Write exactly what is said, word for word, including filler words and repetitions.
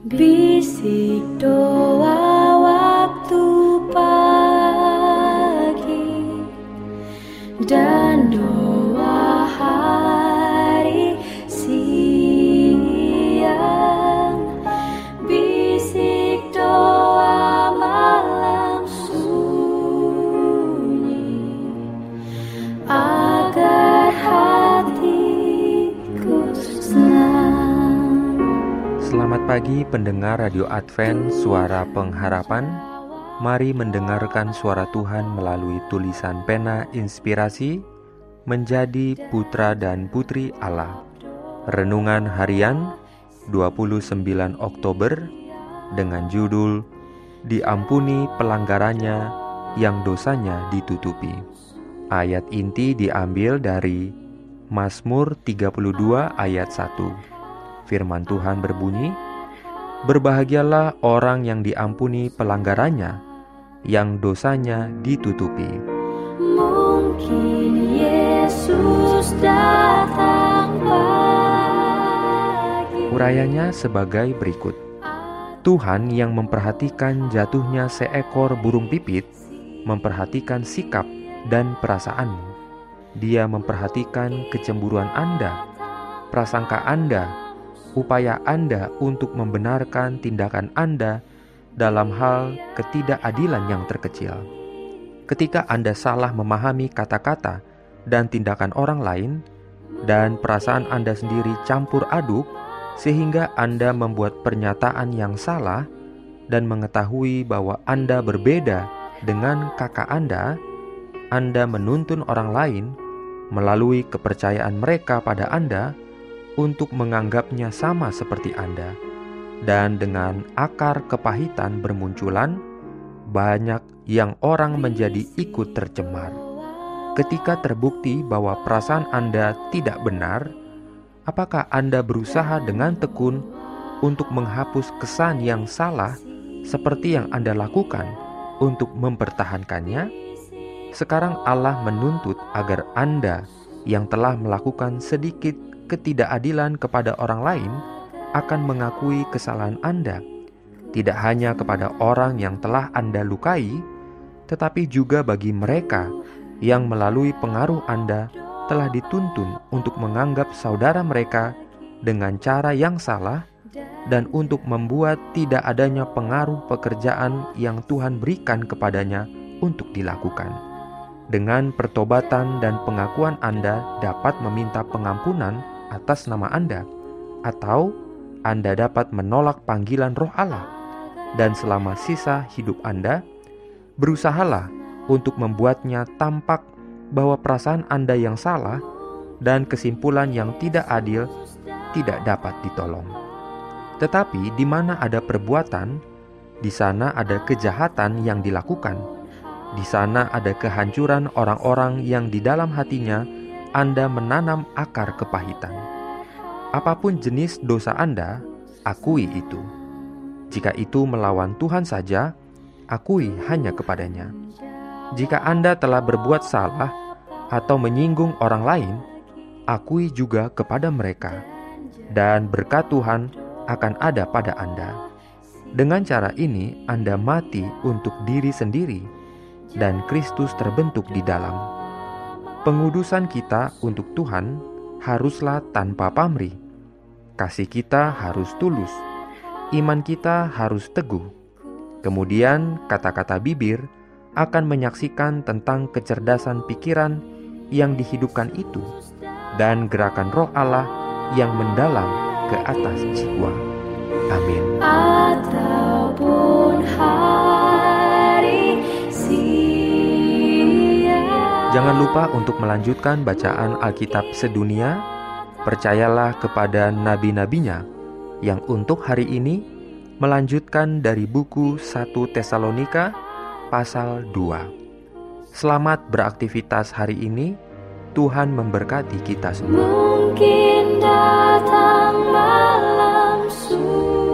Bisik doa waktu pagi dan doa hari siang, bisik doa malam sunyi, agar hatiku senang. Selamat pagi pendengar Radio Advent Suara Pengharapan. Mari mendengarkan suara Tuhan melalui tulisan pena inspirasi menjadi putra dan putri Allah. Renungan harian dua puluh sembilan Oktober dengan judul Diampuni pelanggarannya yang dosanya ditutupi. Ayat inti diambil dari Mazmur tiga puluh dua ayat satu. Firman Tuhan berbunyi, "Berbahagialah orang yang diampuni pelanggarannya, yang dosanya ditutupi." Mungkin Yesus datang pagi. Urayanya sebagai berikut. Tuhan yang memperhatikan jatuhnya seekor burung pipit, memperhatikan sikap dan perasaanmu. Dia memperhatikan kecemburuan Anda, prasangka Anda, upaya Anda untuk membenarkan tindakan Anda dalam hal ketidakadilan yang terkecil. Ketika Anda salah memahami kata-kata dan tindakan orang lain, dan perasaan Anda sendiri campur aduk, sehingga Anda membuat pernyataan yang salah dan mengetahui bahwa Anda berbeda dengan kakak Anda, Anda menuntun orang lain melalui kepercayaan mereka pada Anda untuk menganggapnya sama seperti Anda. Dan dengan akar kepahitan bermunculan, banyak yang orang menjadi ikut tercemar. Ketika terbukti bahwa perasaan Anda tidak benar, apakah Anda berusaha dengan tekun untuk menghapus kesan yang salah seperti yang Anda lakukan untuk mempertahankannya? Sekarang Allah menuntut agar Anda yang telah melakukan sedikit ketidakadilan kepada orang lain akan mengakui kesalahan Anda, tidak hanya kepada orang yang telah Anda lukai, tetapi juga bagi mereka yang melalui pengaruh Anda telah dituntun untuk menganggap saudara mereka dengan cara yang salah dan untuk membuat tidak adanya pengaruh pekerjaan yang Tuhan berikan kepadanya untuk dilakukan. Dengan pertobatan dan pengakuan Anda dapat meminta pengampunan atas nama Anda, atau Anda dapat menolak panggilan Roh Allah, dan selama sisa hidup Anda, berusahalah untuk membuatnya tampak bahwa perasaan Anda yang salah dan kesimpulan yang tidak adil tidak dapat ditolong. Tetapi di mana ada perbuatan, di sana ada kejahatan yang dilakukan. Di sana ada kehancuran orang-orang yang di dalam hatinya Anda menanam akar kepahitan. Apapun jenis dosa Anda, akui itu. Jika itu melawan Tuhan saja, akui hanya kepadanya. Jika Anda telah berbuat salah atau menyinggung orang lain, akui juga kepada mereka, dan berkat Tuhan akan ada pada Anda. Dengan cara ini, Anda mati untuk diri sendiri, dan Kristus terbentuk di dalam. Pengudusan kita untuk Tuhan haruslah tanpa pamrih. Kasih kita harus tulus. Iman kita harus teguh. Kemudian kata-kata bibir akan menyaksikan tentang kecerdasan pikiran yang dihidupkan itu dan gerakan Roh Allah yang mendalam ke atas jiwa. Amin. Ataupun hari Jangan lupa untuk melanjutkan bacaan Alkitab sedunia. Percayalah kepada nabi-nabinya yang untuk hari ini melanjutkan dari buku satu Tesalonika pasal dua. Selamat beraktivitas hari ini. Tuhan memberkati kita semua. Mungkin datang malam sunyi.